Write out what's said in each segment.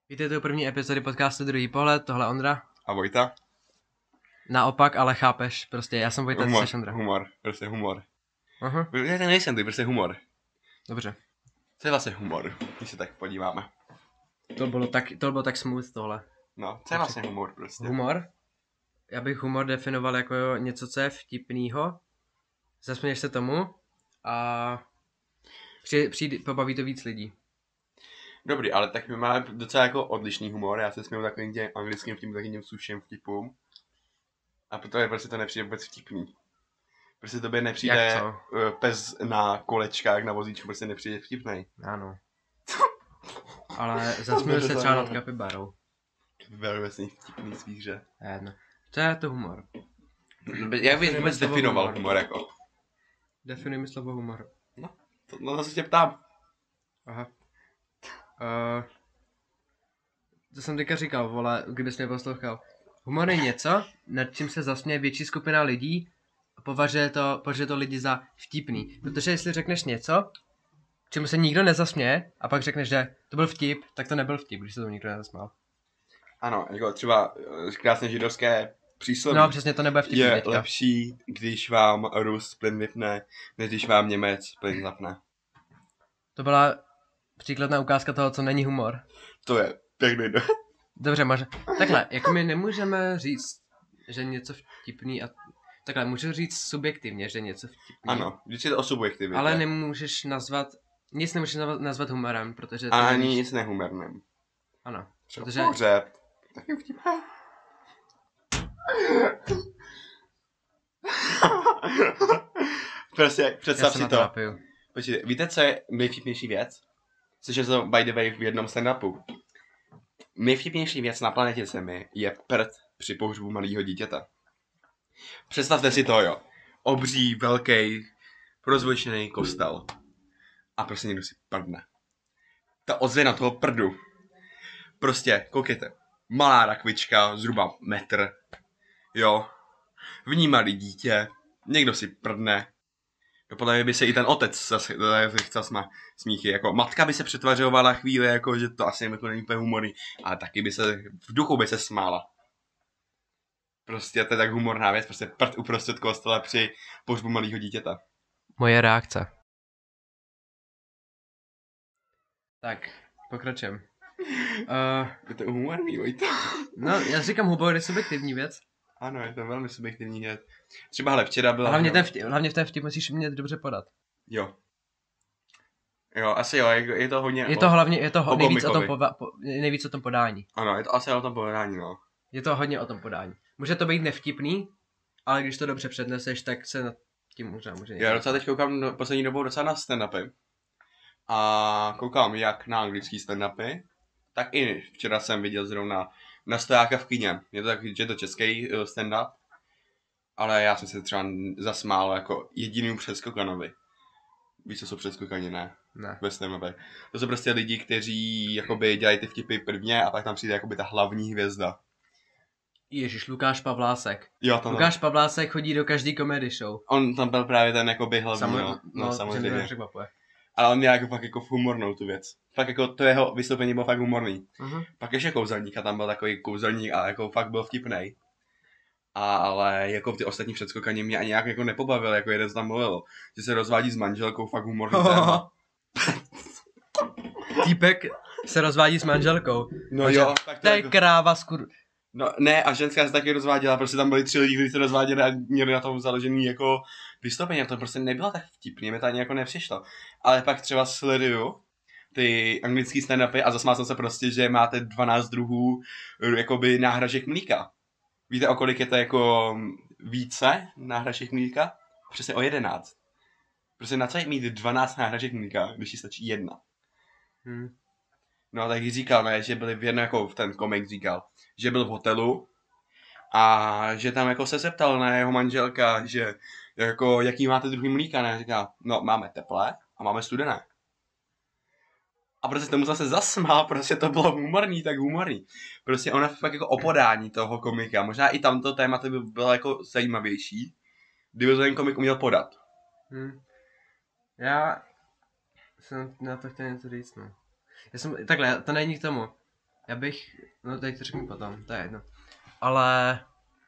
Vítejte u první epizody podcastu Druhý pohled, tohle Ondra. A Vojta? Naopak, ale chápeš, prostě já jsem Vojta, ty jsi Ondra. Humor, prostě humor. Aha. Já to nejsem ty, prostě humor. Dobře. Co je vlastně humor, když se tak podíváme? To bylo tak smooth tohle. No, co je vlastně humor prostě? Humor? Já bych humor definoval jako něco, co je vtipnýho. Zasměješ se tomu a pobaví to víc lidí. Dobrý, ale tak my máme docela jako odlišný humor, já se směju takovým těm anglickým vtipům, takovým těm suším vtipům. A protože prostě to nepřijde vůbec vtipný. Prostě tobě nepřijde pes na kolečkách, na vozíčku, prostě nepřijde vtipnej. Ano. Ale zasměju se třeba nad kapibarou. Kapibaru vlastně vtipný zvíře. Jedno. To je to humor. Jak bys vůbec definoval humor jako? Definuj mi slovo humor. No to se tě ptám. Aha. To jsem teďka říkal, vole, kdybys mě poslouchal. Humor je něco, nad čím se zasměje větší skupina lidí a považuje to lidi za vtipný. Protože jestli řekneš něco, čemu se nikdo nezasměje, a pak řekneš, že to byl vtip, tak to nebyl vtip, když se tomu nikdo nezasmál. Ano, jako třeba krásné židovské přísloví. No přesně, to nebude vtipný je teďka. lepší, když vám Rus plyn vypne, než když vám Němec plyn zapne. To byla příkladná ukázka toho, co není humor. To je pěkný. Dobře, takhle, jako my nemůžeme říct, že něco vtipný a... Takhle, můžu říct subjektivně, že něco vtipný. Ano, vždycky je to o subjektivitě. Ale nemůžeš nazvat, nic nemůžeš nazvat humorem, protože... A ani nic nehumorným. Ano, třeba protože... Pohřeb, taky vtipné. Prostě, představ si to. Počkejte, víte, co je nejvtipnější věc? Což je to, by the way, v jednom stand-upu. Nejvtipnější věc na planetě Zemi je prd při pohřbu malého dítěte. Představte si to, jo. Obří, velký, rozvlečený kostel. A prostě někdo si prdne. Ta ozvěna toho prdu. Prostě, koukejte. Malá rakvička, zhruba metr. Jo. V ní malý dítě. Někdo si prdne. Podle mě by se i ten otec chtěl smíchy. Jako matka by se přetvařovala chvíli, jako, že to asi jako není úplně humorný. Ale taky by se, v duchu by se smála. Prostě to je tak humorná věc, prostě prd uprostřed kostela při pohřbu malého dítěta. Moje reakce. Tak, pokračujem. Je to humorný, Vojta. No, já říkám, humor je subjektivní věc. Ano, je to velmi subjektivní věc. Třeba hele, včera byla... Hlavně v té vtip musíš mě dobře podat. Jo. Jo, asi jo, je to hodně... Je to nejvíc o tom podání. Ano, je to asi o tom podání, no. Je to hodně o tom podání. Může to být nevtipný, ale když to dobře předneseš, tak se nad tím může Já docela teď koukám poslední dobou docela na stand-upy. A koukám jak na anglický stand-upy, tak i včera jsem viděl zrovna na Stojáka v kině. Je to tak, že je to český stand-up, ale já jsem se třeba zasmál jako jediným předskokanovi. Víš, co jsou předskokani, ne? Ne. Ve stand-upech. To jsou prostě lidi, kteří jakoby dělají ty vtipy prvně a pak tam přijde jakoby ta hlavní hvězda. Ježíš, Lukáš Pavlásek. Jo, Lukáš Pavlásek chodí do každý comedy show. On tam byl právě ten jakoby hlavní, samozřejmě. Ale on měl jako fakt jako humornou tu věc. Fakt jako to jeho vystoupení bylo fakt humorný. Pak ještě kouzelník a tam byl takový kouzelník a jako fakt byl vtipnej. Ale jako ty ostatní předskokani mě ani nějak jako nepobavil, jako jeden tam mluvil, že se rozvádí s manželkou, fakt humorný téma. Týpek se rozvádí s manželkou. No jo, tak to je jako... kráva No ne, a ženská se taky rozváděla, prostě tam byli 3 lidi, kteří se rozváděli a měli na tom založený jako vystoupení, a to prostě nebylo tak vtipný, mi to ani jako nepřišlo. Ale pak třeba sleduju ty anglický stand-upy a zasmál jsem se prostě, že máte 12 druhů jakoby náhražek mlíka. Víte, o kolik je to jako více náhražek mlíka? Přesně o 11. Prostě na co je mít 12 náhražek mlíka, když ti stačí 1? No tak říkal, ne, že byli v jednom, jako ten komik říkal, že byl v hotelu a že tam jako se zeptal na jeho manželka, že jako jaký máte druhý mlíka, ne, říká, no máme teplé a máme studené. A prostě tomu zase zasmál, prostě to bylo humorný, tak humorný. Prostě ona fakt jako o podání toho komika, možná i tamto téma by bylo jako zajímavější, kdyby ten komik uměl podat. Já jsem na to chtěl něco říct, no. Takhle, to není k tomu. Já bych, no teď to řeknu potom, to je jedno. Ale...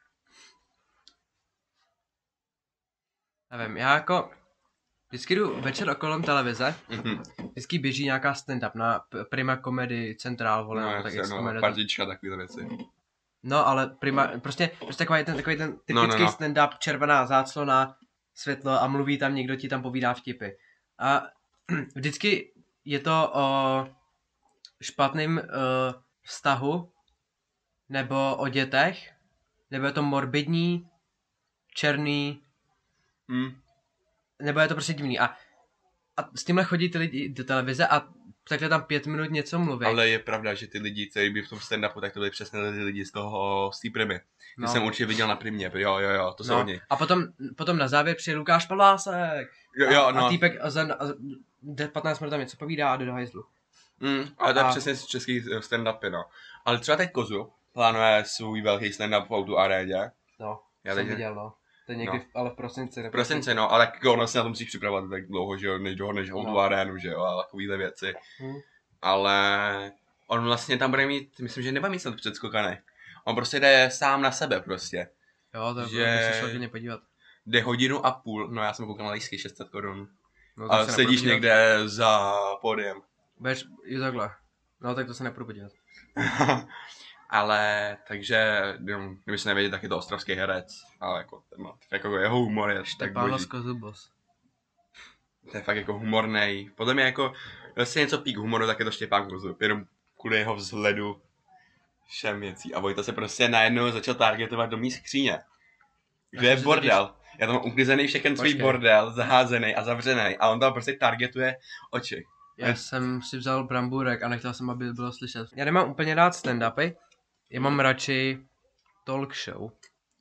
Nevím, já jako... Vždycky jdu večer okolo televize, vždycky běží nějaká stand-up na Prima Comedy Central, vole, No, tak jasně, no, partička, takovýhle věci. No, ale prostě takový ten typický stand-up, červená záclona, světlo a mluví tam někdo, ti tam povídá vtipy. A vždycky je to o špatném vztahu, nebo o dětech, nebo je to morbidní, černý, nebo je to prostě divný. A s tímhle chodí ty lidi do televize a takhle tam 5 minut něco mluví. Ale je pravda, že ty lidi, kteří by v tom stand-upu, tak to byly přesně ty lidi z té Primy. Ty jsem určitě viděl na Primě, jo, to jsou oni. A potom na závěr přijde Lukáš Pavlásek. A týpek za 15 minut tam něco povídá a jde do hajzlu. Ale to je přesně z českých stand-upy, no. Ale třeba teď Kozu plánuje svůj velký stand-up v Outu aréně. No, jsem viděl, no. To je někdy, ale v prosinci. V prosinci, no, ale tak ono se na to musíš připravovat tak dlouho, že jo, než dohodneš Outu arénu, že jo, a takovýhle věci. Ale on vlastně tam bude mít, myslím, že nebude mít snad předskokaný. On prostě jde sám na sebe prostě. Jo, to je se hodně podívat. Jde 1,5 hodiny, no já jsem koukal na lístky 600 korun. No, a sedíš někde za pódiem. Budeš, jo takhle. No tak to se nepůjdu podívat. Ale, takže, kdyby se nevěděl, tak je to ostravský herec. Ale jako jeho humor je tak boží. Kozubos. To je fakt jako humornej. Podle mě jako, vlastně něco pík humoru, tak je to Štěpán Kozub. Jenom kvůli jeho vzhledu všem věcí. A Vojta se prostě najednou začal targetovat do mý skříně. Kde je bordel. Já tam mám uklizený všechen svůj bordel, zaházený a zavřený. A on tam prostě targetuje oči. Já jsem si vzal brambůrek a nechtěl jsem, aby bylo slyšet. Já nemám úplně rád stand-upy. Já mám radši talk show.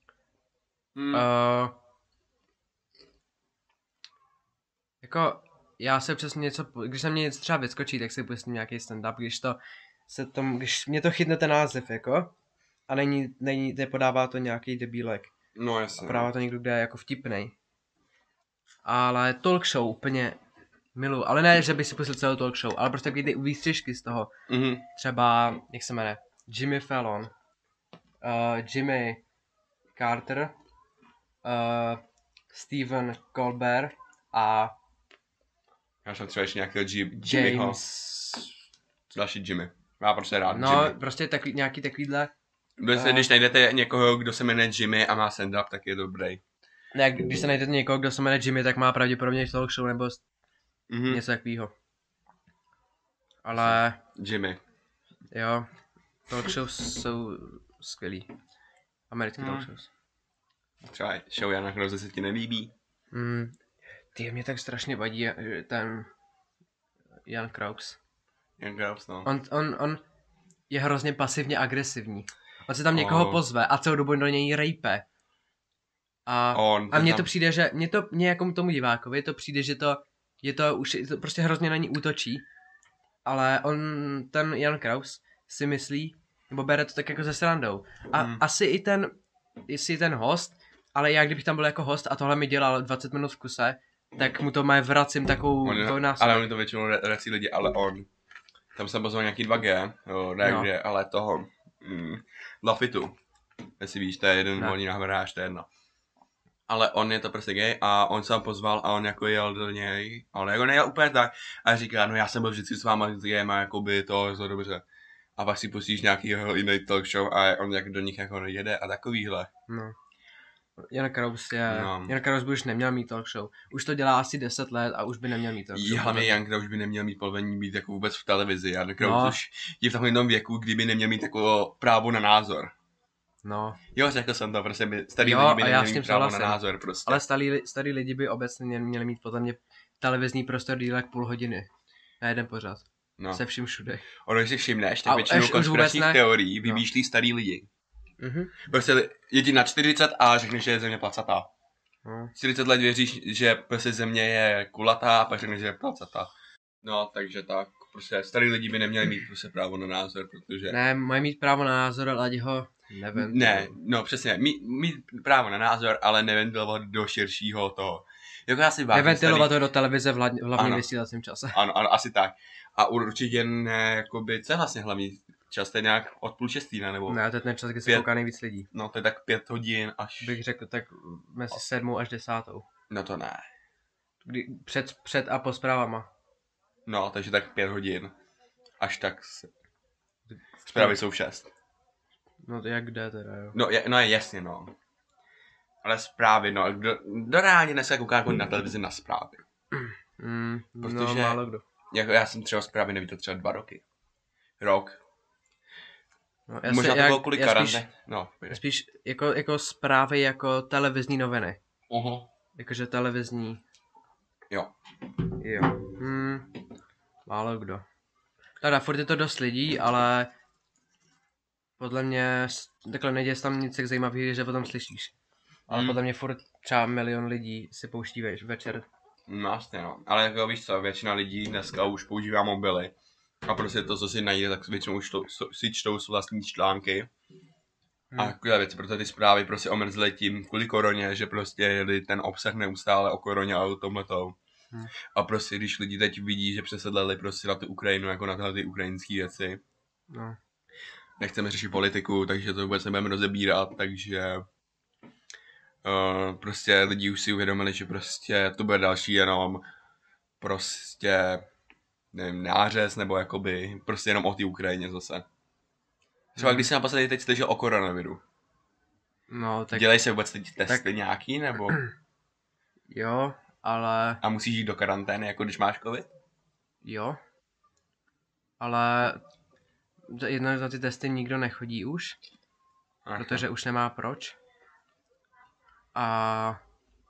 Jako, já se přesně něco, když se mě něco třeba vyskočí, tak si pustím nějaký stand-up, když mě to chytne ten název, jako, a nepodává to nějaký debílek. No jasně. A podává to někdo, kde je jako vtipnej. Ale talk show úplně miluji, ale ne, že bych si pustil celou talk show, ale prostě takový ty výstřižky z toho. Třeba, jak se jmenuje, Jimmy Fallon, Jimmy Carter, Stephen Colbert a já jsem třeba ještě nějakého Jimmyho. Další Jimmy. Já prostě rád no, Jimmy. prostě nějaký takovýhle. Když najdete někoho, kdo se jmenuje Jimmy a má stand-up, tak je dobrý. Ne, když se najdete někoho, kdo se jmenuje Jimmy, tak má pravděpodobně talk show nebo něco takového. Ale... Jimmy. Jo, talk shows jsou skvělý. Americký talk shows. Třeba show Jana Krause se ti nelíbí? Ty, mě tak strašně vadí ten Jan Kraus. Jan Kraus, no. On je hrozně pasivně agresivní. On se tam někoho pozve a celou dobu do něj rejpe. A mně to přijde, že mě jako tomu divákovi to přijde, že to prostě hrozně na ní útočí. Ale ten Jan Kraus si myslí, nebo bere to tak jako ze srandou. A asi i ten host, ale já kdybych tam byl jako host a tohle mi dělal 20 minut v kuse, tak mu to vracím takovou ale oni to většinou rací lidi, ale on. Tam jsem pozval nějaký 2G, kde, ale toho. Lafitu. Jestli víš, to je jeden volný náhradář, to je jedno. Ale on je to prostě gay a on se tam pozval a on jako jel do něj, ale jako nejel úplně tak a říká, no já jsem byl vždycky s váma gayem a jakoby to je dobře. A pak si pustíš nějaký jiný talk show a on jak do nich jako jede a takovýhle. No. Jan Kraus by už neměl mít talk show. Už to dělá asi 10 let a už by neměl mít talk show. Hlavně Jan Kraus by neměl mít povolení být jako vůbec v televizi. Jan Kraus už je v takovém věku, kdyby neměl mít jako právo na názor. No. Jo, řekl jsem to, prostě starý lidi by neměli mít právo na názor prostě. Ale starý lidi by obecně měli mít podle mě televizní prostor díl jak půl hodiny. Na jeden pořad. No. Se vším všude. Ono, když si všimneš, tak většinou konspiračních teorií vymýšlí starý lidi. Prostě je ti na 40 a řekneš, že je země placatá. 40 let věříš, že prostě země je kulatá a pak řekneš, že je placatá. No, takže tak. Prostě starý lidi by neměli mít prostě právo na názor, protože... Ne, mají mít právo na názor, ale ať ho neventilují. Ne, no přesně, mít právo na názor, ale neventilovat do širšího toho. Jako já si vážím neventilovat to do televize v hlavním vysílacím čase. Ano, asi tak. A určitě ne, jakoby, co je vlastně hlavní čas je nějak od 5:30, ne? Nebo Ne, to je ten čas, kdy se 5. kouká nejvíc lidí. No to je tak 5 hodin až... Bych řekl tak mezi 7 až 10. No to ne. Před a po zprávama. No, takže tak 5 hodin. Až tak... Zprávy jsou 6. No to jak kde teda, jo. No je jasně, no. Ale zprávy, no. Kdo reálně dneska kouká jako na televizi na zprávy? No Protože- málo kdo. Jako já jsem třeba zprávy neviděl třeba 2 roky. Rok. No, Možná to bylo kvůli já spíš, karanténě. No. spíš jako zprávy jako televizní noviny. Uh-huh. Jakože televizní. Jo. Jo. Málo kdo. Teda furt je to dost lidí, ale podle mě takhle neděje se tam nic tak zajímavého, že o tom slyšíš. Ale podle mě furt třeba 1 milion lidí si pouští večer. No jasně, no. Ale jako víš co, většina lidí dneska už používá mobily. A prostě to, co si najde, tak většinou už si čtou své vlastní články. A takové věci, protože ty zprávy prostě omrzly tím kvůli koroně, že prostě jeli ten obsah neustále o koroně a o tomhletou. A prostě když lidi teď vidí, že přesedleli prostě na tu Ukrajinu, jako na tyhle ty ukrajinské věci. No. Nechceme řešit politiku, takže to vůbec nebudeme rozebírat, takže prostě lidi už si uvědomili, že prostě to bude další jenom prostě nevím, nářez, nebo jakoby prostě jenom o té Ukrajině zase. Třeba když jsem naposledy teď slyšel o koronaviru. No, tak Dělají se vůbec teď testy nějaký, nebo? jo, ale A musíš jít do karantény, jako když máš covid? jo. Ale jedno za ty testy nikdo nechodí už, protože už nemá proč. A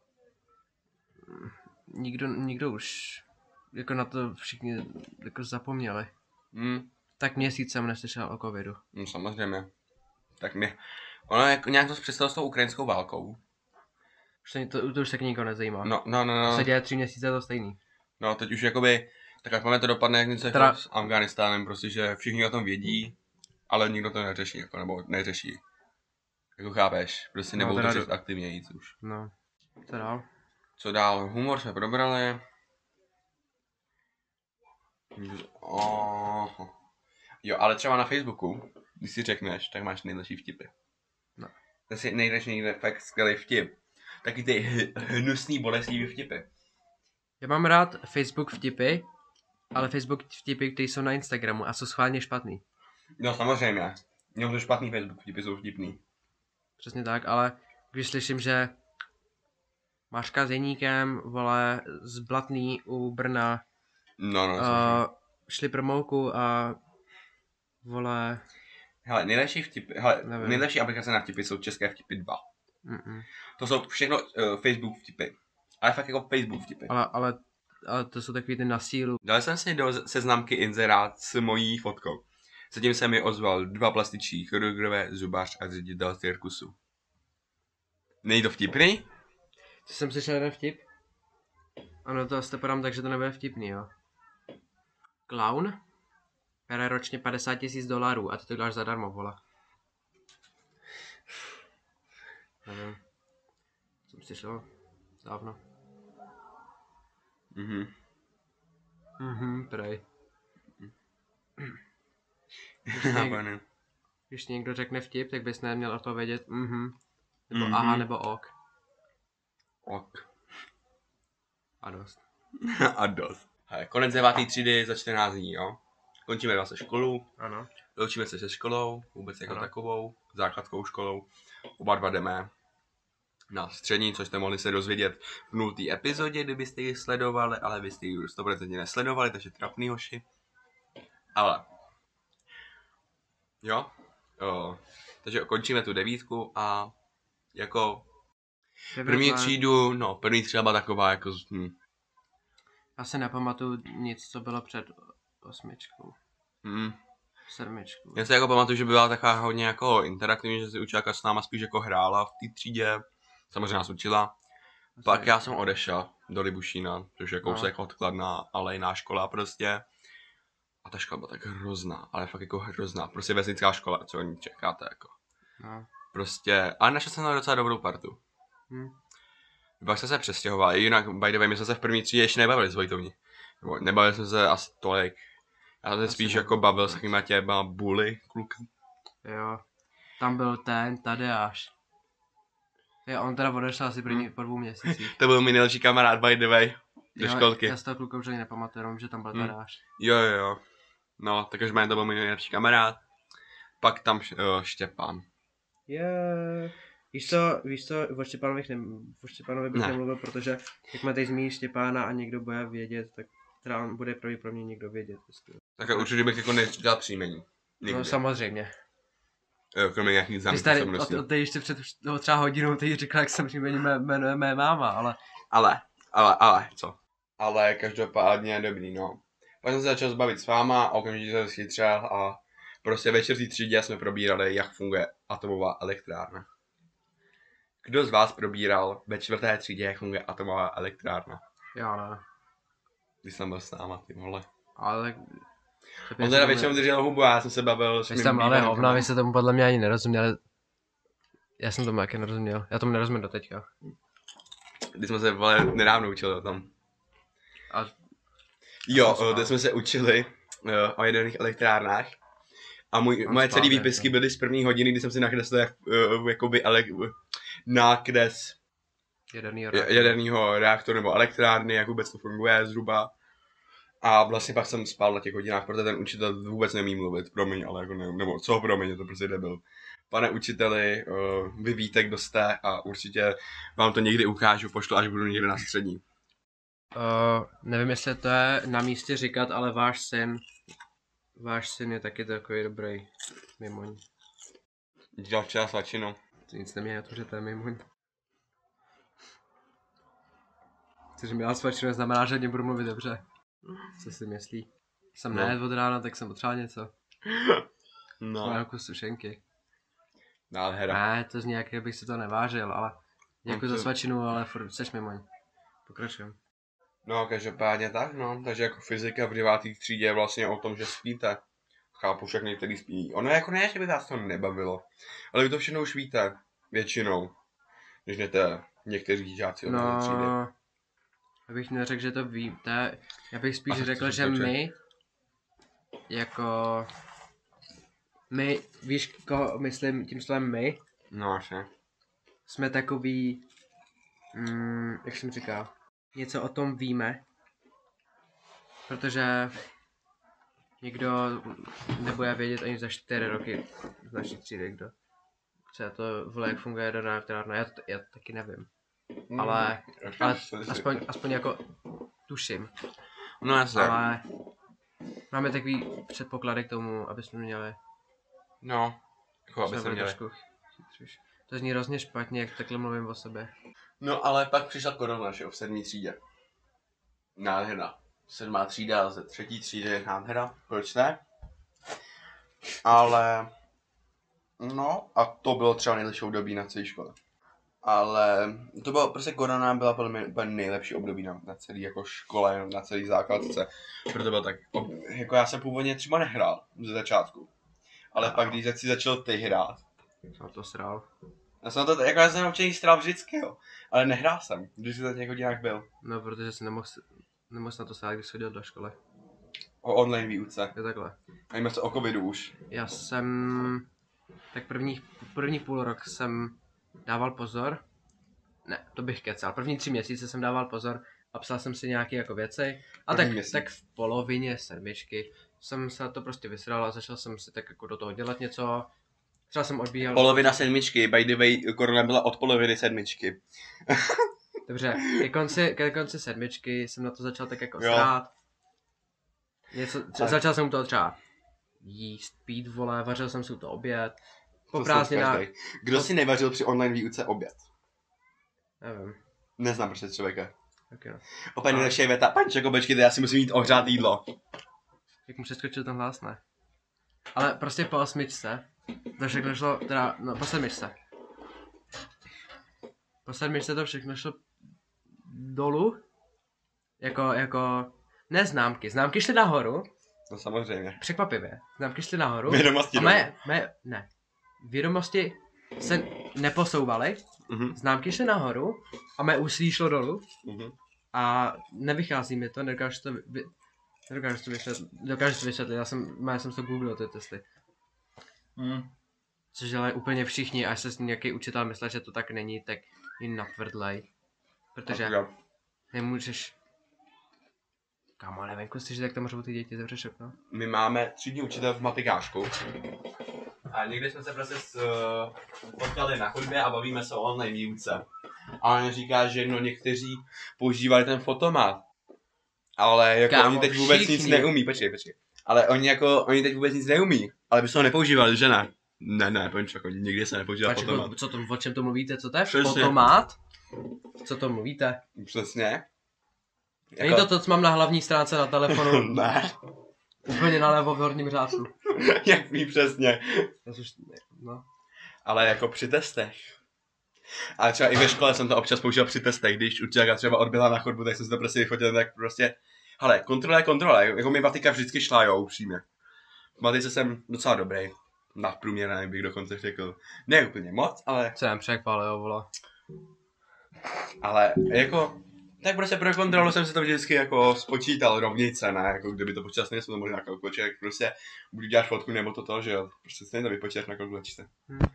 nikdo už jako na to všichni jako zapomněli. Tak měsíc jsem neslyšel o covidu. No samozřejmě. Tak ono jako nějak to přestalo s tou ukrajinskou válkou. To už se k nikdo nezajímá. No. Se děje 3 měsíce to stejný. No, teď už jakoby, tak jak máme to dopadne, jak něco Teda- s Afghánistánem, prostě, že všichni o tom vědí, ale nikdo to neřeší, jako, nebo neřeší. Jako chápeš, prostě No, nebudou teda- to řešit aktivně jít už. No. Co dál? Co dál? Humor jsme probrali. Jo, ale třeba na Facebooku, když si řekneš, tak máš nejlepší vtipy. No. To si nejdeš někde fakt skvělý vtip. Taky ty hnusný bolestivý vtipy. Já mám rád Facebook vtipy, ale Facebook vtipy, které jsou na Instagramu a jsou schválně špatný. No samozřejmě. Jenom to špatný Facebook vtipy jsou vtipný. Přesně tak, ale když slyším, že Mařka s Jeníkem, vole, z Blatný u Brna, No, šli pro mouku a vole, hele, nejlepší vtipy, hele, Nevím. nejlepší aplikace na vtipy jsou české vtipy 2. mm-mm. To jsou všechno Facebook vtipy. Ale fakt jako Facebook vtipy. ale to jsou takový ty na sílu. Dal jsem si do seznamky inzerát s mojí fotkou. Zatím se mi ozval 2 plastičí chirurgové, zubař a ředitel cirkusu. Není to vtipný? Co jsem slyšel jeden vtip? Ano, to asi to podám tak, že to nebude vtipný, jo. Clown bere ročně $50,000 a ty to děláš zadarmo, vole. Nevím. Jsem slyšel dávno. Prej. Když někdo řekne vtip, tak bys neměl odpovědět nebo aha, nebo ok. Ok. A dost. A dost. Hele, konec 9. třídy za 14 dní, jo. Končíme vlastně školu, Ano. loučíme se se školou, vůbec jako Ano. takovou, základskou školou. Oba dva jdeme na střední, což jste mohli se dozvědět v 0. epizodě, kdybyste ji sledovali, ale vy jste ji 100% nesledovali, takže trapný hoši. Ale, jo, takže končíme tu 9 a jako první třídu, první třída byla taková jako, Já se nepamatuju nic, co bylo před 8. 7. Já si jako pamatuju, že byla taková hodně jako interaktivní, že si učitelka s náma spíš jako hrála v té třídě, samozřejmě nás učila. Pak já jsem odešel do Libušína, což je kousek od Kladna, ale jiná škola prostě. A ta škola byla tak hrozná, ale fakt jako hrozná. Prostě vesnická škola, co oni čekáte jako. No. Prostě, ale našel jsem tam docela dobrou partu. Pak jsme se přestěhovali, jinak by the way, my jsme se v první třídě ještě nebavili s Vojtovní. Nebavili jsme se asi tolik, Já se spíš jako bavil s těma těma bully kluky. Jo. Tam byl ten Tadeáš. Jo, on teda odešel asi první po 2 měsících. To byl můj nejlepší kamarád, by the way. Do školky. Já z toho kluka už ani nepamatuju, jenom, že tam byl Tadeáš. Jo. No, tak každopádně to byl můj nejlepší kamarád. Pak tam Štěpán. Víš co, o Štěpánovi bych nemluvil, protože jak má teď zmínit Štěpána a někdo bude vědět, tak teda on bude pravděpodobně někdo vědět. Tak určitě bych jako neříkal příjmení. Nikdy. No samozřejmě. Jo, kromě nějakých Ty tady, ty ještě před třeba hodinou ty říkal, jak jsem příjmení jmenuje mé máma, Ale, co? Ale každopádně dobrý, no. Pak jsem se začal zbavit s váma a okamžitě jsem schytřel a prostě večer v té třídě jsme probírali, jak funguje atomová elektrárna. Kdo z vás probíral ve 4. třídě, jak funguje atomová elektrárna? Já ne. Když jsem byl s náma, ty vole. Ale... On teda většinou držel hubu a já jsem se bavil s mým bývalým. Vy se tomu podle mě ani nerozuměli. Já jsem tomu jaké nerozuměl. Já tomu nerozumím do teďka. Když jsme se vole nedávno učili o tom. Kde jsme se učili o jaderných elektrárnách. A moje celé výpisky byly z první hodiny, kdy jsem si nakreslil jakoby nákres jaderného reaktoru nebo elektrárny, jak vůbec to funguje zhruba. A vlastně pak jsem spal na těch hodinách, protože ten učitel vůbec neumí mluvit, promiň, ale jako nebo co promiň, to prostě nebyl. Pane učiteli, vy víte, kdo jste a určitě vám to někdy ukážu, pošlu, až budu někde na střední. Nevím, jestli to je na místě říkat, ale váš syn je taky takový dobrý mimoň. Dělal včera svačinu. To nic neměl na to, že to je mimoň. Což mi svačinu znamená, že nebudu mluvit dobře. Co si myslí? Jsem nejedl od rána, tak jsem potřeboval něco. No. Mám jako sušenky. Nádhera. Ne, to zní jak bych si to nevážil, ale děkuji za svačinu, ale furt seš mimoň. Pokračujem. No, každopádně tak, no. Takže jako fyzika v 9. třídě je vlastně o tom, že spíte. Chápu, však některý spí. Ono jako ne, že by vás to nebavilo. Ale vy to všechno už víte. Většinou. Když jdete někteří žáci od třídy. Abych neřekl, že to víte. Já bych spíš řekl, že my jako... My, víš, koho myslím tím slovem my? No, asi. Jsme takový... jak jsem říkal? Něco o tom víme. Protože... Nikdo nebude vědět ani za 4 roky z naší třídy, kdo. Co to vole, jak funguje jaderná elektrárna, já to taky nevím. Ale aspoň jako tuším. No jasně. Ale máme takový předpoklady k tomu, aby jsme měli. No, jako aby jsme měli. To zní hrozně špatně, jak takhle mluvím o sobě. No ale pak přišla korona, že v 7. třídě. Nádhera. 7. třída ze 3. třídy je nádhera, proč ne? Ale... No, a to bylo třeba nejlepší období na celé škole. Ale to bylo, prostě korona byla podle mě úplně nejlepší období na celé jako škole, na celý základce. Proto byl tak, jako já jsem původně třeba nehrál ze začátku. Ale pak když si začal ty hrát. Jsem to sral. Já jsem naučený strál vždycky, jo. Ale nehrál jsem, když jsi za těch hodinách byl. No, protože jsem nemohl na to stát, když jsem chodil do školy. O online výuce. Je takhle. A jíme se o covidu už. Já jsem... Tak první půl rok jsem dával pozor. Ne, to bych kecal. První 3 měsíce jsem dával pozor a psal jsem si nějaké jako věci. A tak v polovině 7 jsem se to prostě vysral a začal jsem si tak jako do toho dělat něco. Třeba jsem odbíhal... Polovina 7, by the way, korona byla od poloviny 7. Dobře, ke konci 7 jsem na to začal tak jako srát. Začal jsem to třeba jíst, pít, vole, vařil jsem si to oběd. Po prázdninách. Kdo si nevařil při online výuce oběd? Nevím. Neznám prostě člověka. Okay. Opět nejlepší věta. Pančeko, počkejte, já si musím jít ohřát jídlo. Jak mu přeskočil ten hlas, ne? Ale prostě po 8. to všechno šlo, teda, no po 7. Po 7 to všechno šlo dolů. Jako, ne známky. Známky šly nahoru. No samozřejmě. Překvapivě. Známky šly nahoru. Vědomosti ne. Vědomosti se neposouvaly. Známky šly nahoru a mé úsilí šlo dolů. A nevychází mi to, nedokážu to Dokážu to vysvětlit, já jsem to googlil ty testy. Což dělají úplně všichni, až se s nějaký učitel myslel, že to tak není, tak jim natvrdlej. Protože nemůžeš... Kámo, ale venku slyšíš, jak tam řvou ty děti, zavřeš okno. My máme třídní učitel v matikářku. A někdy jsme se prostě potkali na chodbě a bavíme se o online výuce. A on říká, že někteří používali ten fotomat. Ale jako Kámo, oni teď vůbec všichni. nic neumí, počkej. Ale oni teď vůbec nic neumí. Ale by se ho nepoužívali, že ne? Ne, počkej, nikdy se nepoužívá fotomat. O čem to mluvíte, co to je? Přesně. Fotomat? Co to mluvíte? Přesně. Není to, co mám na hlavní stránce na telefonu? Ne. Úplně nalevo v horním řádku. Jak ví přesně. No. Ale jako při testech. Ale třeba i ve škole jsem to občas použil při testech, když učitelka třeba odbyla na chodbu, tak jsem si to prostě vyfotil, tak prostě... Hele, kontrola, jako mi matika vždycky šla, jo, upřímně. V matice jsem docela dobrý. Nadprůměrný bych dokonce řekl. Ne úplně moc, ale... Co jsem překvalil, vole. Ale jako... Tak prostě pro kontrolu jsem si to vždycky jako spočítal rovnice, ne? Jako kdyby to počítal, nejsem to možná kalkulačka, tak prostě budu dělat fotku nebo to, že jo. Prostě stejně to vypočítáš na kalkulačce.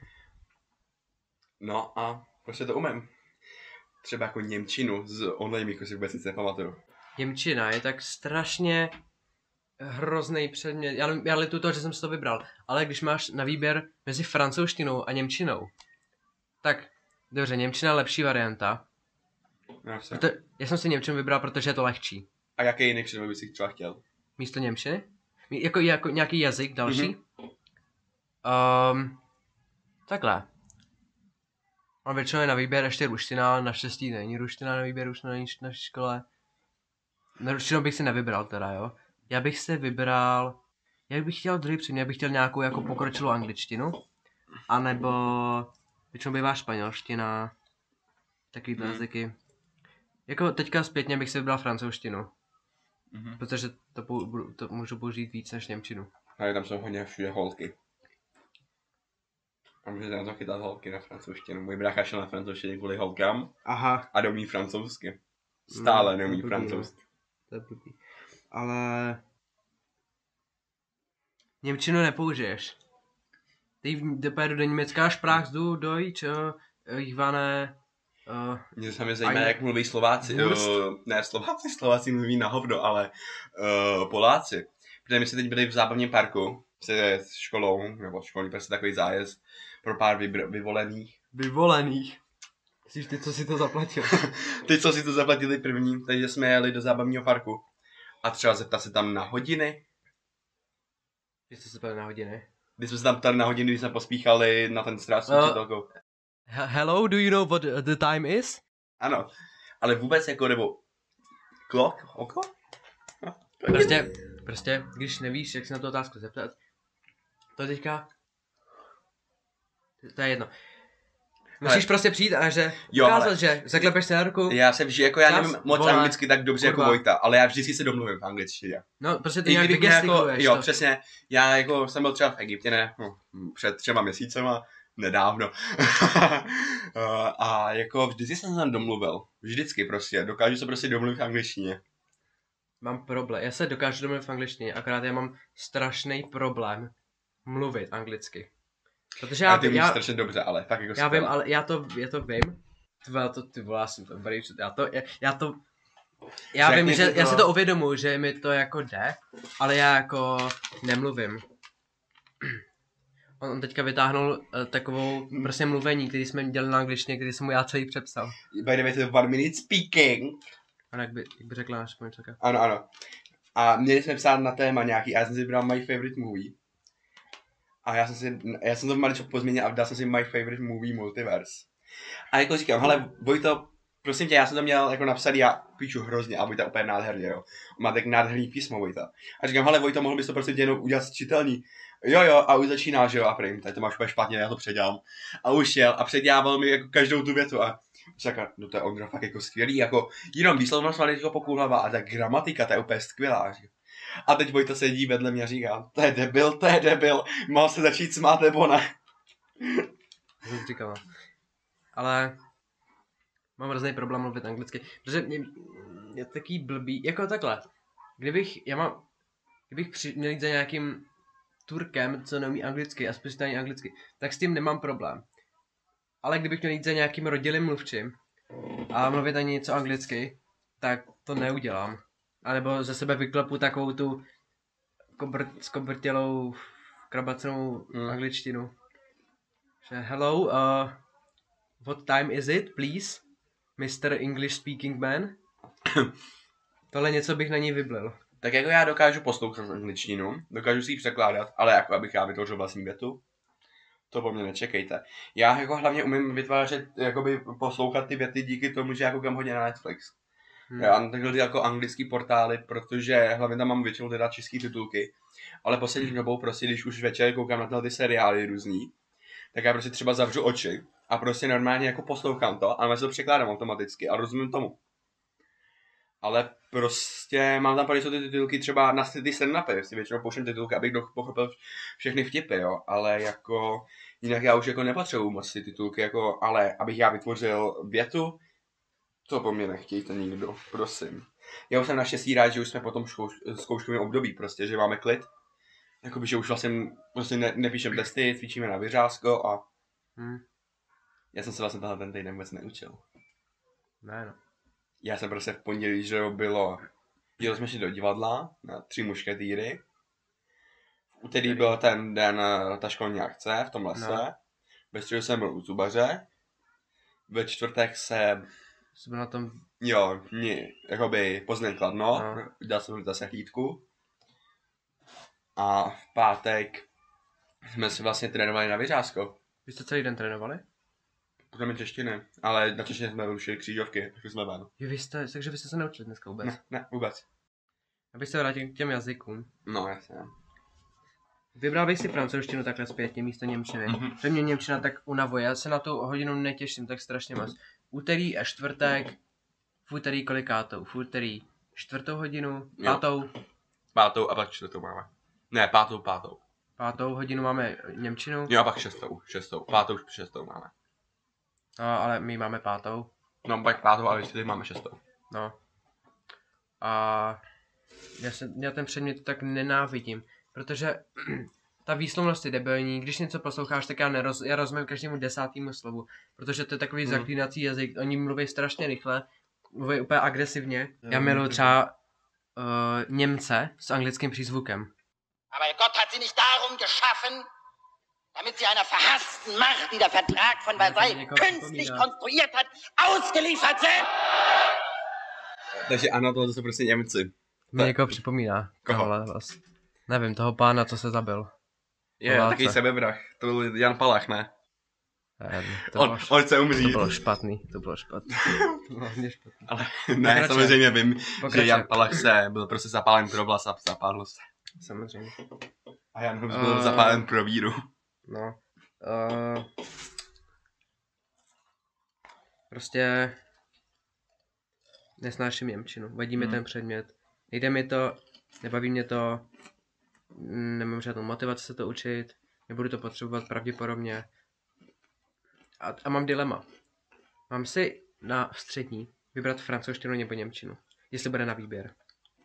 No a prostě to umím. Třeba jako němčinu z online jako si vůbec nic nepamatuju. Němčina je tak strašně hrozný předmět. Já lituju toho, že jsem si to vybral. Ale když máš na výběr mezi francouzštinou a němčinou, tak dobře, němčina je lepší varianta. Já jsem si němčinu vybral, protože je to lehčí. A jaký jiný předmět bys si třeba chtěl? Místo němčiny? Jako nějaký jazyk další? Takhle. Mám většinou je na výběr ještě ruština, naštěstí není ruština na výběr už na naší škole. Na ruštinu bych si nevybral teda, jo. Já bych si vybral, jak bych chtěl druhý předmět, já bych chtěl nějakou jako pokročilou angličtinu. A nebo většinou bývá španělština, takovýhle jazyky. Jako teďka zpětně bych si vybral francouzštinu. Protože to můžu použít víc než němčinu. Ale tam jsou hodně všude holky. A můžete na to chytat holky na francouzštinu. Můj brácha šel na francouzštinu kvůli holkám. Aha. A neumí francouzsky. Stále neumí francouzsky. To je blbý. Ale... Němčinu nepoužiješ. Ty dopojedu do Německa, sprach du Deutsch, ich vane... Mě se mi zajímá, jak mluví Slováci. Ne, Slováci mluví na hovno, ale Poláci. Protože my jsme teď byli v zábavním parku se školou, nebo školní prostě takový zájezd pro pár vyvolených. Vyvolených? Myslíš ty, co si to zaplatil? Ty, co si to zaplatili první, takže jsme jeli do zábavního parku. A třeba zeptat se tam na hodiny. Vy jste se ptali na hodiny? Když jsme se tam ptali na hodiny, když jsme pospíchali na ten strát s učitelkou. Hello, do you know what the time is? Ano, ale vůbec jako, nebo clock, oko? Prostě, když nevíš, jak se na tu otázku zeptat, to teďka, to je jedno. Musíš prostě přijít a že ukázat, že zaklepeš se na ruku. Já se vždy, jako já nevím moc anglicky tak dobře jako Vojta, ale já vždycky se domluvím v angličtině. No, prostě ty nějak gestikuluješ. Jako, jo, přesně, já jako jsem byl třeba v Egyptě, ne, před 3 měsícema, nedávno. A jako vždycky jsem se tam domluvil. Vždycky prostě, dokážu se prostě domluvit v angličtině. Mám problém, já se dokážu domluvit v angličtině, akorát já mám strašný problém mluvit anglicky. Protože já ty mluvíš strašně dobře, ale fakt jako já vím, ale já to vím. Ty vole, jsem to dobrý, já vím, že já si to uvědomuji, že mi to jako jde, ale já jako nemluvím. On teďka vytáhnul takovou prostě mluvení, který jsme dělali na angličtině, který jsem mu já celý přepsal. By the way, to je 1 minute speaking. A jak by řekla náš paměťka. Ano. A měli jsme psát na téma nějaký, a já jsem si vybral My Favorite Movie. A já jsem to maličko pozměnil a dal jsem si My Favorite Movie Multiverse. A jako říkám, hele Vojto, prosím tě, já jsem to měl jako napsat, já píšu hrozně a Vojta úplně nádherně, jo. Má tak nádherný písmo Vojta. A říkám, hele Vojto, mohl bys to prostě jenom udělat čitelný. Jo, a už začíná, že jo, a prým, tady to máš úplně špatně, já to předělám. A už jel a předělával mi jako každou tu větu a říkal, no to je Ondra fakt jako skvělý, jako jenom výslovnost maličko pokulhava a ta gramatika, ta je úplně skvělá. A teď Vojta sedí vedle mě a říká, to je debil, mal se začít smát nebo ne? To jsem říkal. Ale mám hrozný problém mluvit anglicky, protože mě je taký blbý, jako takhle. Kdybych měl jít za nějakým Turkem, co neumí anglicky a spíš ani anglicky, tak s tím nemám problém. Ale kdybych měl jít za nějakým rodilým mluvčím a mluvit ani něco anglicky, tak to neudělám. A nebo ze sebe vyklepu takovou tu skobrtělou krabacenou angličtinu. Že hello, what time is it, please? Mr. English speaking man? Tohle něco bych na ní vyblil. Tak jako já dokážu poslouchat angličtinu, dokážu si ji překládat, ale jako abych já vytvořil vlastní větu, to po mně nečekejte. Já jako hlavně umím vytvářet, jakoby poslouchat ty věty díky tomu, že já koukám hodně na Netflix. Já mám takhle jako anglický portály, protože hlavně tam mám většinou teda český titulky, ale poslední dobou prostě, když už večer koukám na tyhle ty seriály různý, tak já prostě třeba zavřu oči a prostě normálně jako poslouchám to a já to překládám automaticky a rozumím tomu. Ale prostě mám tam jsou ty titulky třeba na ty stand-upy, si většinou pouštím titulky, abych pochopil všechny vtipy, jo, ale jako jinak já už jako nepotřebuji moc ty titulky, jako, ale abych já vytvořil větu, to po mně nechtějte nikdo, prosím. Já už jsem naštěstí rád, že už jsme po tom zkouškovém období, prostě, že máme klid. Jakoby, že už vlastně nepíšem testy, cvičíme na vyřázko a já jsem se vlastně ten týden vůbec neučil. Ne, no. Já jsem prostě v pondělí, že jeli jsme šli do divadla na 3 mušketýry. V úterý byl ten den ta školní akce v tom lese. No. Ve středu jsem byl u zubaře. Ve čtvrtek jsem byl na tom... Jo, jakoby Plzeň Kladno. No. Dal jsem zase hlídku. A v pátek jsme si vlastně trénovali na vyřázko. Vy jste celý den trénovali? Potom češtiny, ale na češtině jsme vyučili křížovky, takže jsme ven. Jo, takže vy jste se neučili dneska vůbec? Ne, vůbec. Abych se vrátil k těm jazykům. No, jasně. Vybral bych si francouzštinu takhle zpětně místo němčiny. Že mě němčina tak unavuje, já se na tu hodinu netěším tak strašně moc. Úterý a čtvrtek, v úterý kolikátou? V úterý 4. hodinu, 5. 5. a pak 4. máme. Ne, 5. 5. hodinu máme němčinu. Jo, a pak 6. 5. už 6. máme. No, ale my máme 5. No, pak 5. a ve 4. máme 6. No. A já ten předmět tak nenávidím, protože ta výslovnost je debilní, když něco posloucháš, tak já rozumím každému 10. slovu, protože to je takový zaklínací jazyk, oni mluví strašně rychle, mluví úplně agresivně. Já miluji třeba Němce s anglickým přízvukem. Aber Gott hat sie nicht darum geschaffen, damit sie einer verhassten Macht, die der Vertrag von Versailles künstlich konstruiert hat, ausgeliefert sind! Takže ano, to jsou prostě Němci. Mě někoho připomíná. Koho? Nevím, toho pána, co se zabil. Je, takový sebevrah. To byl Jan Palach, ne? On chce umřít. To bylo špatný. To bylo hodně špatný. Ale ne, samozřejmě vím, že Jan Palach byl prostě zapálen pro vlas a zapádl se. Samozřejmě. A Jan Hus byl zapálen pro víru. No. Prostě nesnáším němčinu. Vadí mi ten předmět. Nejde mi to, nebaví mě to, nemám žádnou motivaci se to učit, nebudu to potřebovat pravděpodobně. A mám dilema. Mám si na střední vybrat francouzštinu nebo němčinu, jestli bude na výběr.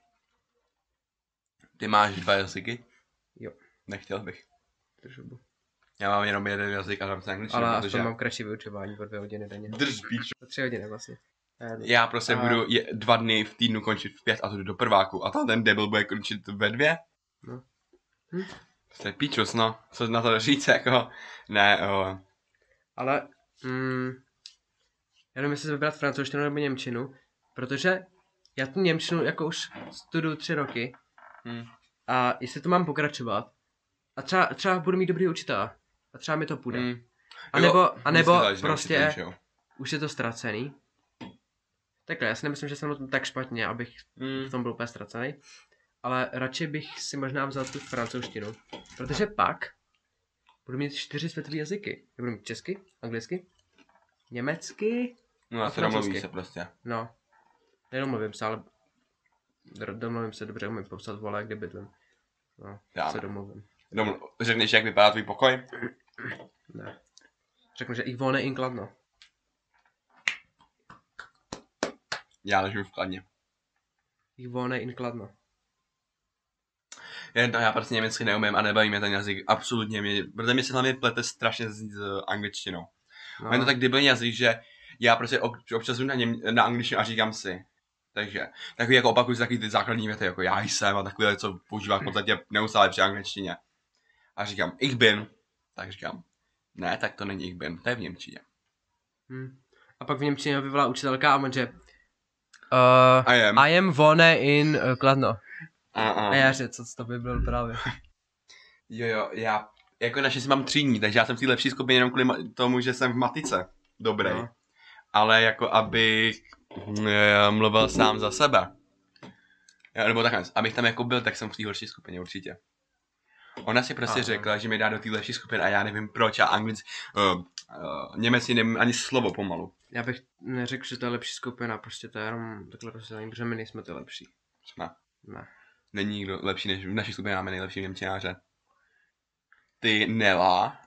Ty máš 2 jazyky? Jo. Nechtěl bych. Držbu. Já mám jenom 1 jazyk a tam se angličtinu. Ale aspoň mám kratší vyučování po 2 hodiny denně. Drž píču. 3 hodiny vlastně. Já prostě budu 2 dny v týdnu končit v 5 a to jdu do prváku. A ten debil bude končit ve 2. No. To je píčus, no. Co na to říct, jako. Ne, Ale, já nevím, jestli vybrat francouzštinu nebo němčinu, protože já tu němčinu jako už studuju 3 roky. A jestli to mám pokračovat, a třeba budu mít dobrý učitele, a třeba mi to půjde. A nebo prostě už je to ztracený. Takhle, já si nemyslím, že jsem na tom tak špatně, abych v tom byl úplně ztracený. Ale radši bych si možná vzal tu francouzštinu, protože pak budu mít 4 světové jazyky. Já budu mít česky, anglicky, německy a francouzsky. Se prostě. No, nedomluvím se, ale domluvím se dobře, umím popsat vole, kde bydlím. No, já se domluvím. Řekneš, jak vypadá tvůj pokoj? Ne. Řeknu, že ich wohne in Kladno. Já ležím v Kladně. Ich wohne in Kladno. Já prostě německy neumím a nebaví mě ten jazyk. Absolutně mě, protože mě se hlavně plete strašně s angličtinou. No. Je to tak debilní jazyk, že já prostě občas jdu na angličtinu a říkám si. Takže takový jako opakuju si takový ty základní věty, jako já jsem a takové, co používám v podstatě neustále při angličtině. A říkám, ich bin. Tak říkám, ne, tak to není ich bin, to je v němčině. A pak v němčině by byla učitelka a on že I am. vorne in Kladno. A A já že, co to by byl právě. Jo, já jako naštěstí mám třídní, takže já jsem v té lepší skupině jenom kvůli tomu, že jsem v matice dobrý. No. Ale jako abych mluvil sám za sebe. Nebo takhle, abych tam jako byl, tak jsem v té horší skupině určitě. Ona si prostě řekla, že mi dá do té lepší skupiny a já nevím proč. A německy nevím ani slovo pomalu. Já bych neřekl, že to je lepší skupina, prostě to je jenom takhle rozdělení, protože my nejsme ty lepší. Jsme. Ne. Není nikdo lepší než v naší skupině, máme nejlepší němčináře. Ty Nela.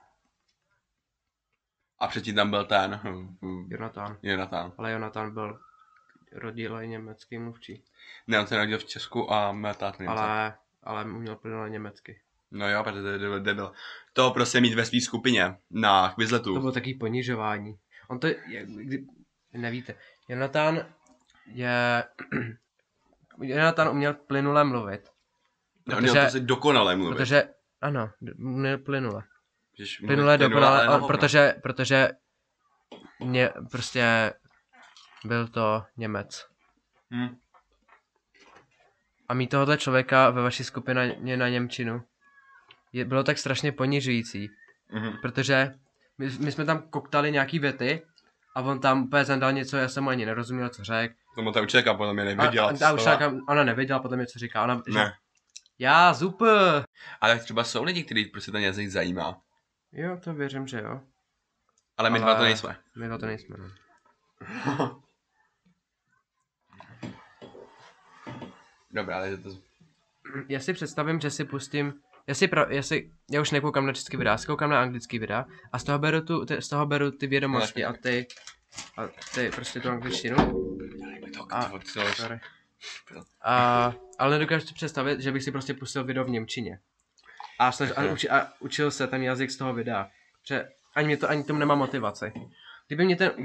A předtím tam byl ten... Jonathan. Ale Jonathan byl rodilý německý mluvčí. Ne, on se narodil v Česku a má tátu Němce. Ale uměl plynule německy. No jo, protože to je debil. To prostě mít ve své skupině na Quizletu. To bylo takový ponižování. On to, nevíte, Jonathan uměl plynule mluvit. On měl prostě dokonale mluvit. Protože, ano, uměl plynule. Plynule dokonale, protože mě prostě byl to Němec. A mít tohohle člověka ve vaší skupině na němčinu bylo tak strašně ponižující. Protože my jsme tam koktali nějaký věty a on tam úplně zandal něco, já jsem ani nerozuměl, co řekl. Tomu ta učitelka podle mě nevěděla. Ta učitelka, ona nevěděla podle mě, co říká. Ona, ne. Že, já, super. Ale třeba jsou lidi, kteří prostě ten jazyk zajímá. Jo, to věřím, že jo. Ale my dva to nejsme. My dva to nejsme, no. Dobrá, ale to... Já si představím, že si pustím... Já už nekoukám na český videa, já si koukám na anglický videa a z toho beru ty vědomosti a ty prostě tu angličtinu. Ale nedokážu si představit, že bych si prostě pustil video v němčině. A učil se ten jazyk z toho videa. Protože ani tomu nemá motivaci. Kdyby mě ten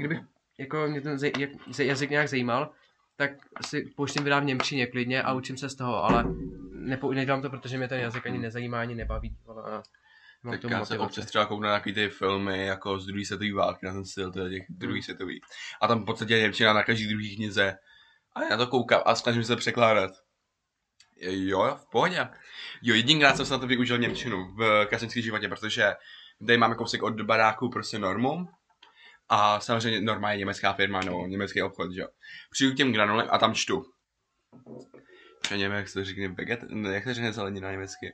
jazyk nějak zajímal, tak si pouštím videa v němčině klidně a učím se z toho, ale nedělám to, protože mě ten jazyk ani nezajímá, ani nebaví. Tak já se občas třeba kouknu na takový ty filmy jako z druhé světové války, na ten styl těch druhý světový. A tam v podstatě je němčina na každý druhý knize. A já na to koukám a snažím se překládat. Jo, v pohodě. Jo, jedinkrát jsem se na to využil němčinu v kasnickém životě, protože tady máme kousek od baráku prostě Normu. A samozřejmě Norma je německá firma, no, německý obchod, že jo. Přijdu k těm granulem a tam čtu. Já nevím, jak se to řekne jak se řekne zelenina německy?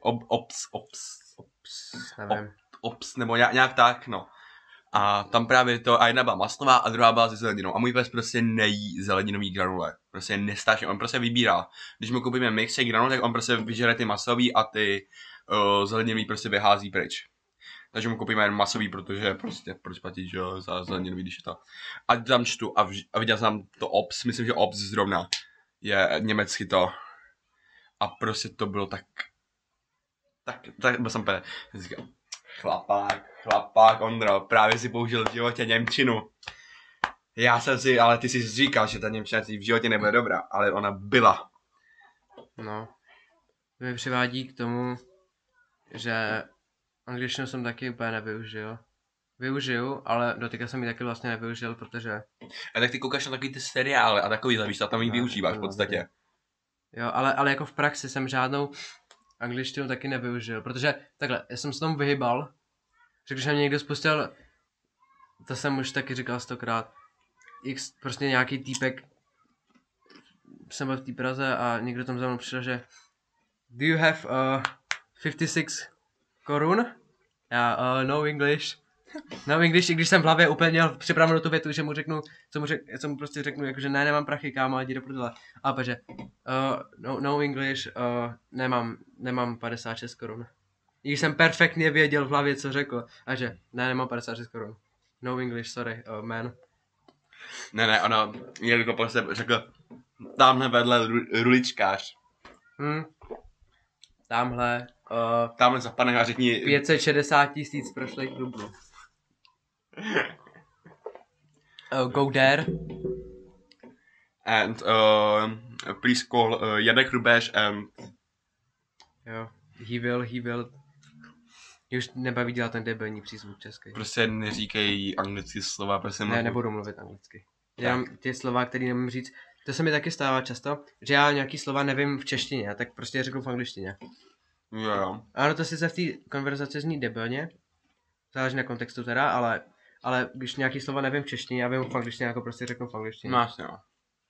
Nevím. Ops, nebo nějak tak, no. A tam právě to, a jedna byla maslová a druhá byla se zeleninou. A můj pes prostě nejí zeleninový granule. Prostě nestášně, on prostě vybírá. Když mu koupíme mixy granule, tak on prostě vyžere ty maslový a ty zeleninový prostě vyhází pryč. Takže mu koupíme jen masový, protože prostě proč platit, že jo, za zeleninový, když je to. A tam čtu a viděl jsem to ops, myslím, že ops zrovna je německy to. A prostě to bylo tak byl jsem úplně, říkal, chlapák Ondro, právě si použil v životě němčinu. Já jsem si, ale ty jsi říkal, že ta němčina v životě nebude dobrá, ale ona byla. No, to mi přivádí k tomu, že angličtinu jsem taky úplně nevyužil. Využiju, ale doteďka jsem ji taky vlastně nevyužil, protože... A tak ty koukáš na takový ty seriály a takovýhle, víš, a tam ji využíváš v podstatě. Jo, ale jako v praxi jsem žádnou angličtinu taky nevyužil, protože takhle, já jsem se tomu vyhybal, že když mě někdo spustil, to jsem už taky říkal 100krát, prostě nějaký týpek, jsem byl v té Praze a někdo tam za mnou přišel, že do you have 56 korun? Já, no English. No English, i když jsem v hlavě úplně měl připravenou tu větu, že mu řeknu, co mu prostě řeknu, jakože ne, nemám prachy, kámo, jdi do prdele. A protože, no English, nemám 56 korun. I když jsem perfektně věděl v hlavě, co řekl. A že, ne, nemám 56 korun. No English, sorry, man. Ne, ono, jelikož prostě řekl, tamhle vedle ruličkář. Tamhle Tamhle zapadne a řekni... 560 000 prošlých rublů. Go there. And please call Jadek Rubeš and... Jo, he will. Mě už nebaví dělat ten debilní přízvuk český. Prostě neříkej anglické slova, prostě Ne, nebudu mluvit anglicky. Jenom ty slova, které nemůžu říct. To se mi taky stává často, že já nějaký slova nevím v češtině, tak prostě je řeknu v angličtině. Jo. Ano, to sice v té konverzaci zní debilně, záleží na kontextu teda, ale když nějaký slova nevím v češtině, já vím v angličtině, jako prostě řeknu v angličtině. No jasně, no.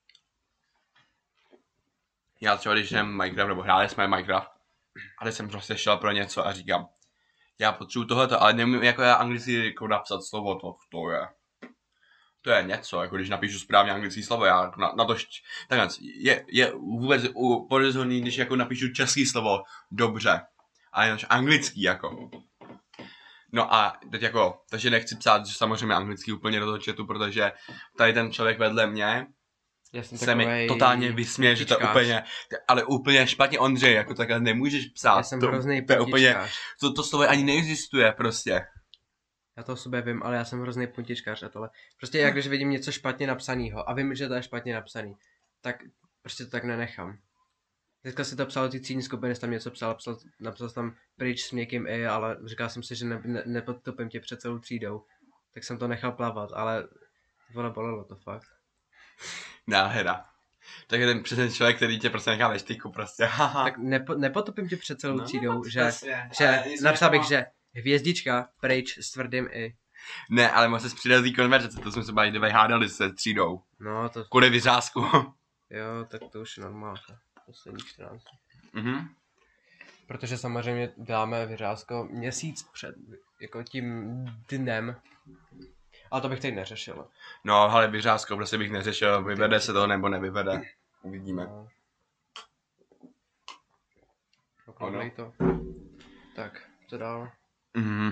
Já třeba, když jdem Minecraft, nebo hráli jsme Minecraft, a teď jsem prostě šel pro něco a říkám, já potřebuji tohleto, ale nemůžu jako já anglicky jako napsat slovo, to je něco, jako když napíšu správně anglické slovo, já na to takhle, je vůbec podezřelný, když jako napíšu český slovo dobře, ale jenom anglický jako. No a teď jako, takže nechci psát že samozřejmě anglicky úplně do toho chatu, protože tady ten člověk vedle mě se mi totálně vysměje, že to úplně, ale úplně špatně, Ondřej, jako takhle nemůžeš psát. Já jsem hrozný úplně, to slovo ani neexistuje prostě. Já to o sobě vím, ale já jsem hrozný puntičkář a tohle. Prostě jak když vidím něco špatně napsanýho a vím, že to je špatně napsaný, tak prostě to tak nenechám. Dneska si to psal ty třídní skupiny, tam něco napsal tam pryč s měkkým i, ale říkal jsem si, že nepodtopím tě před celou třídou. Tak jsem to nechal plavat, ale vole, bolelo to fakt. Náhera. Tak je ten přesně člověk, který tě prostě nechá ve štyku prostě. Tak nepotopím tě před celou třídou, že napsal bych, že hvězdička pryč s tvrdým i. Ne, ale mohl se přidat z konverzace, to jsme se by hádali se třídou. No to... Kvůli vyřázku. Jo, tak to už je normálka. Poslední 14. Mhm. Protože samozřejmě dáme vyřázko měsíc před jako tím dnem. Ale to bych teď neřešil. No, ale vyřázko prostě bych neřešil, vyvede se to nebo nevyvede. Uvidíme. No. Ono. To. Tak, co dál? Mhm.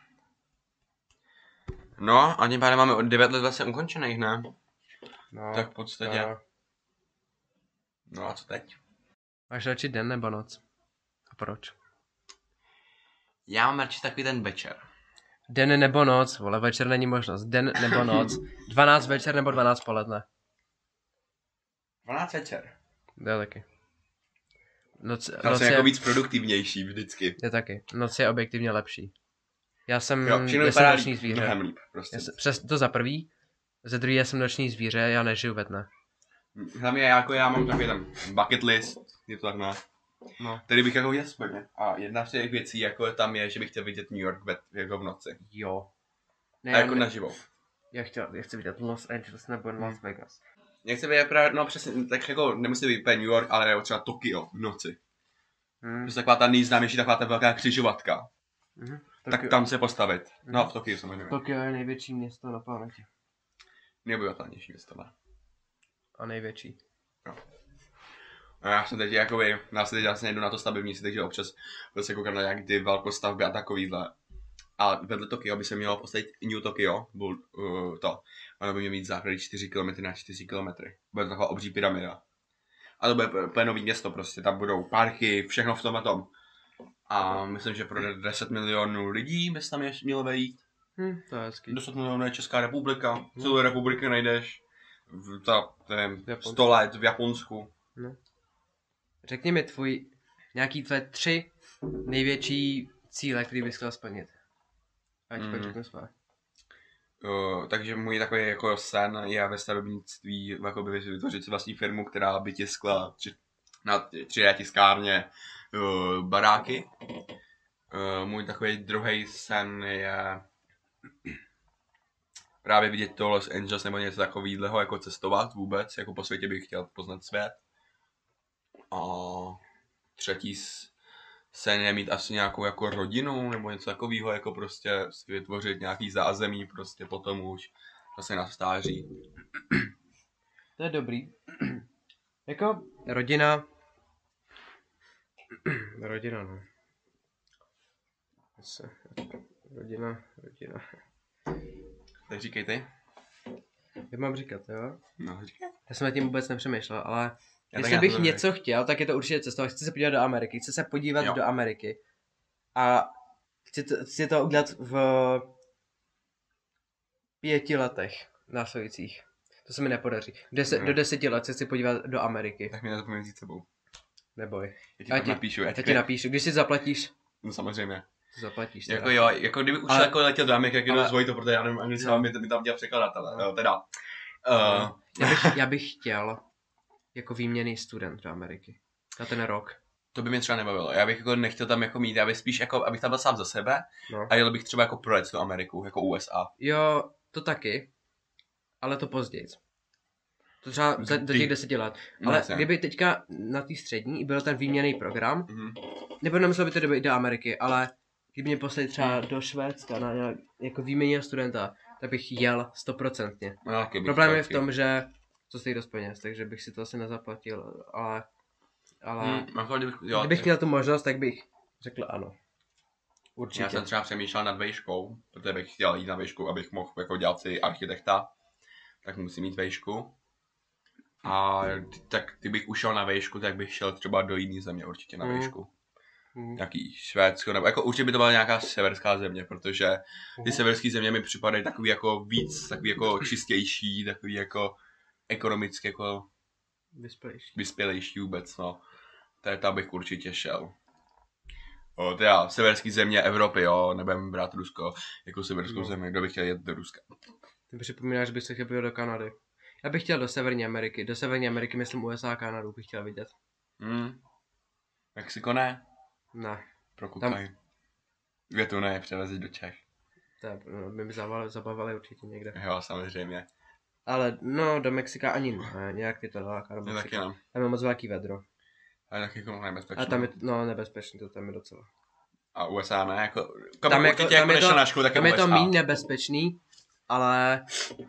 No, a tím pádem máme od 9 let vlastně ukončených, ne? No, tak v podstatě. No a co teď? Máš radši den nebo noc? A proč? Já mám radši takový ten večer. Den nebo noc, vole, večer není možnost. Den nebo noc. 12 večer nebo 12 poledne. 12 večer. Jo, taky. Noc je jako víc produktivnější vždycky. Je taky. Noc je objektivně lepší. Já jsem noční zvíře. Líp, prostě. Přes to za prvý. Za druhý já jsem noční zvíře, já nežiju ve dne. Hlavně jako já mám takový ten bucket list, je to tak ne? No. Tady bych jako vidět splně. A jedna z těch věcí jako tam je, že bych chtěl vidět New York jako v noci. Jo. Ne, a jako naživo. Já chci vidět Los Angeles nebo Las Vegas. Já chci vidět právě, no přesně, tak jako nemusí být New York, ale třeba Tokio v noci. Prostě taková ta nejznámější, taková ta velká křižovatka. Tak tam se postavit. No v Tokiu samozřejmě. Tokio je největší město na planetě. Nejobyvatelnější město, ne? A největší. No. A já jsem teď jakoby, já se teď vlastně jdu na to stavebníci, takže občas prostě koukám na nějaký ty velkostavby a takovýhle. A vedle Tokio by se mělo postavit New Tokio, to. Ono by mělo mít základy 4 km na 4 km. Bude to taková obří pyramida. A to bude úplně nový město prostě, tam budou parky, všechno v tom a tom. A myslím, že pro 10 milionů lidí bys tam mělo vejít. To je hezký. 10 milionů je Česká republika, celou republiky najdeš. Nevím, 100 let v Japonsku. No. Řekni mi nějaký tvé 3 největší cíle, který bys chtěl splnit. Ať pak řeknu své. Takže můj takový jako sen je ve stavebnictví jakoby vytvořit si vlastní firmu, která by tiskla na 3D tiskárně baráky. Můj takový druhý sen je právě vidět to Los Angeles nebo něco takového, jako cestovat vůbec, jako po světě bych chtěl poznat svět. A třetí sen je mít asi nějakou jako rodinu nebo něco takového, jako prostě si vytvořit nějaký zázemí, prostě potom už zase na stáří. To je dobrý. Jako rodina, no. Rodina. Tak říkej ty. Jak mám říkat, jo? No, říkej. Já jsem nad tím vůbec nepřemýšlel, ale Jestli bych něco chtěl, tak je to určitě cesta. Chci se podívat do Ameriky, chci se podívat do Ameriky. A chci to udělat v 5 letech následujících. To se mi nepodaří. Do 10 let se chci podívat do Ameriky. Tak mě nezapomeň vzít sebou. Neboj. Já ti napíšu. Já ti napíšu. Když si zaplatíš. No samozřejmě. Zaplatíš. Jako jo, jako kdyby už jako letěl do Ameriky, jak jenom zvojí to, protože já nevím anglicky, no. mi tam dělal překladatele. Jo, teda. Já bych chtěl jako výměnný student do Ameriky. Na ten rok. To by mě třeba nebavilo. Já bych jako nechtěl tam jako mít, já bych spíš jako, abych tam byl sám za sebe a jel bych třeba jako projet do Ameriku, jako USA. Jo, to taky. Ale to později. To třeba do těch 10 let. Ale kdyby teďka na té střední byl ten výměnný program, nebo nemusel by to být do Ameriky, ale kdyby mě poslali třeba do Švédska na nějak jako výměnného studenta, tak bych jel 100%. No, problém je v tom, že to stojí dost peněz, takže bych si to asi nezaplatil, ale kdybych měl tu možnost, tak bych řekl ano. Určitě. Já jsem třeba přemýšlel nad vejškou, protože bych chtěl jít na vejšku, abych mohl jako dělat si architekta, tak musím mít vejšku. A tak kdybych ušel na vejšku, tak bych šel třeba do jiné země určitě na vejšku. Nějaký Švédsko, nebo jako určitě by to byla nějaká severská země, protože ty severské země mi připadají takový jako víc, takový jako čistější, takový jako ekonomicky jako vyspělejší vůbec, no. Tam bych určitě šel. Teda severský země Evropy, jo, nebudeme brát Rusko jako severskou zemi, kdo by chtěl jet do Ruska. Ty připomínáš, že bych se chtěl do Kanady. Já bych chtěl do Severní Ameriky. Do Severní Ameriky myslím USA a Kanadu bych chtěl vidět. Mexiko ne? Ne. Prokukaj. Větu ne, převezit do Čech. My by zabavili určitě někde. Jo, samozřejmě. Ale no, do Mexika ani ne, nějak ty to láká do Mexika. Tam je moc velký vedro. Ale tak jako nebezpečné. A tam je, no nebezpečný, to tam je docela. A USA ne, jako... Tam je to méně nebezpečný, ale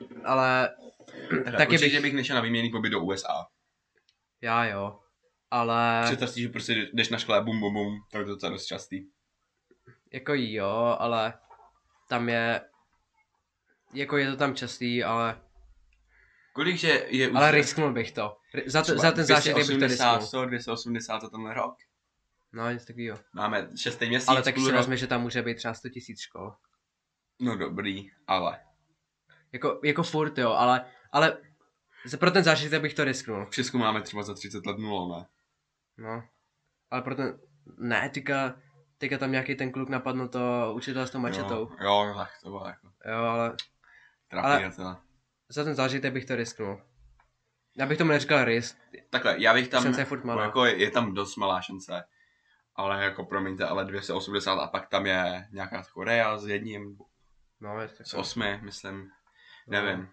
taky určitě bych nešel na výměnný pobyt do USA. Já jo, ale... Představ si, že prostě jdeš na škole, bum, bum, bum, to je docela dost častý. Jako jo, ale tam je... Jako je to tam častý, ale... Kolikže je... Ale risknul bych to. Za ten zážitek bych to risknul. 280 za tenhle rok. No, nic takovýho. Máme 6. měsíc. Ale taky si vezme, že tam může být třeba 100 000 škol. No dobrý, ale... Jako furt jo, ale pro ten zážitek bych to risknul. V Česku máme třeba za 30 let 0, ne? No, ale pro ten... Ne, teďka tam nějaký ten kluk napadl to učitel s tou mačetou. Jo, tak to bylo jako... Jo, ale... Za ten zážitek bych to risknul. Já bych tomu neříkal risk. Takhle, já bych tam... Šance je furt malá. Jako je tam dost malá šance. Ale jako promiňte, ale 280 a pak tam je nějaká Korea s jedním. No, z 8, myslím. Nevím.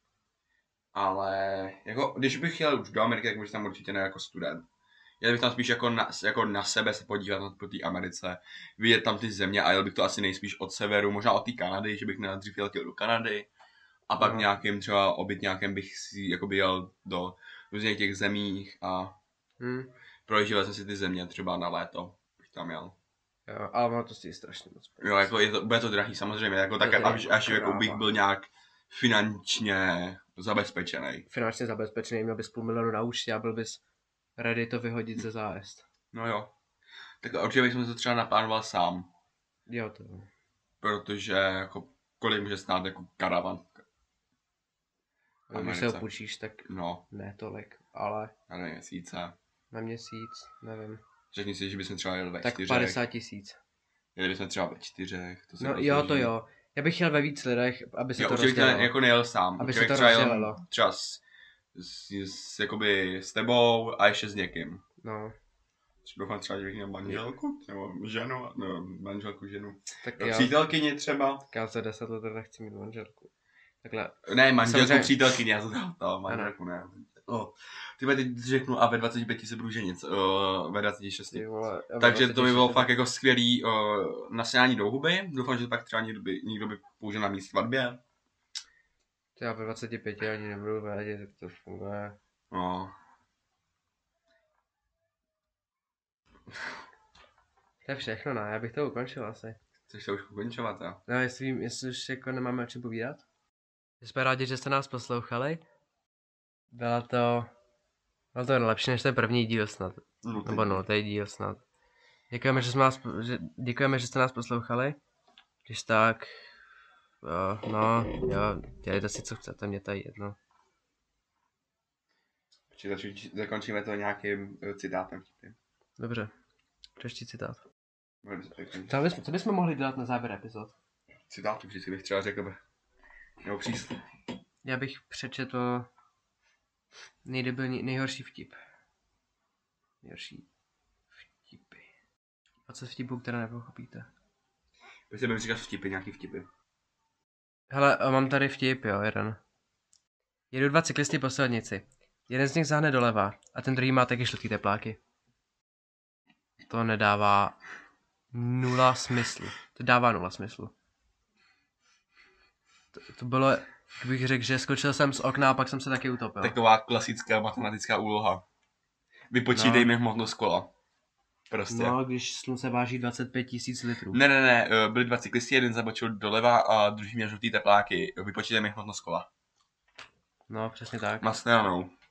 Ale jako, když bych chtěl už do Ameriky, tak bych tam určitě ne jako student. Jel bych tam spíš jako na sebe se podívat po té Americe, vidět tam ty země a jel bych to asi nejspíš od severu, možná od té Kanady, že bych nejdřív jel do Kanady a pak nějakým třeba obytňákem bych si jakoby jel do různých těch zemích a projížděl jsem si ty země třeba na léto, bych tam jel. Jo, ale ono to stojí strašně moc. Jo, jako bude to drahý samozřejmě, jako tak až jako bych byl nějak finančně zabezpečený. Finančně zabezpečený, měl bys 500 000 na účtě a byl bys ready to vyhodit ze zájezd. No jo. Tak určitě bych to třeba naplánoval sám. Jo, to jo. Protože jako kolik může stát jako karavan. Když se ho půjčíš, tak ne tolik, ale... Na měsíce. Na měsíc, nevím. Řekni si, že bychom třeba jeli ve 4. Tak 50 000. Jeli bychom třeba ve 4. To no jo, to jo. Já bych chtěl ve víc lidech, aby se to rozdělilo. Jako nejel sám. Aby se to rozdělilo. Třeba jakoby s tebou a ještě s někým. No. Doufám třeba, že bych měl manželku, nebo ženu, nebo manželku, ženu. Tak přítelkyni třeba. Tak já za 10 let nechci mít manželku. Takhle. Ne, manželku, samozřejmě... přítelkyni, já to manželku ne. Ty teď řeknu a ve 25 se budu ženit, ve 26. Takže to by bylo fakt jako skvělý nasňání do huby. Doufám, že pak třeba někdo by použil na mý svatbě. Já ve 25 ani nebudu vědět, jak to funguje. No. To je všechno, ne? Já bych to ukončil asi. Chceš to už ukončovat, jo? No, jestli už jako nemáme o čem povídat. Jsme rádi, že jste nás poslouchali. Byla to Ale to je lepší než ten první díl snad. Nebo nultý díl snad. Děkujeme, děkujeme, že jste nás poslouchali. Když tak... no, jo, dělejte si, co chcete, mě tady jedno. Zakončíme to nějakým citátem. Dobře, přečti citát. Co bychom mohli dělat na závěr epizod? Citátu vždycky bych třeba řekl, nebo příslu. Já bych přečetl nejhorší vtip. Nejhorší vtipy. 20 vtipů, které nepochopíte. Prostě budeme říkat vtipy, nějaký vtipy. Hele, mám tady vtip, jo, jeden. Jedu 2 cyklisty po silnici. Jeden z nich záhne doleva a ten druhý má taky žlutý tepláky. To nedává 0 smyslu. To dává 0 smyslu. To bylo, jak bych řekl, že skočil jsem z okna a pak jsem se taky utopil. Taková klasická matematická úloha. Vypočítej mi hmotnost kola. Prostě. No, když slunce váží 25 000 litrů. Ne, byli 2 cyklisti, jeden zabočil doleva a druhý měl žlutý tepláky. Vypočítej mi hmotnost kola. No, přesně tak. Má stranou.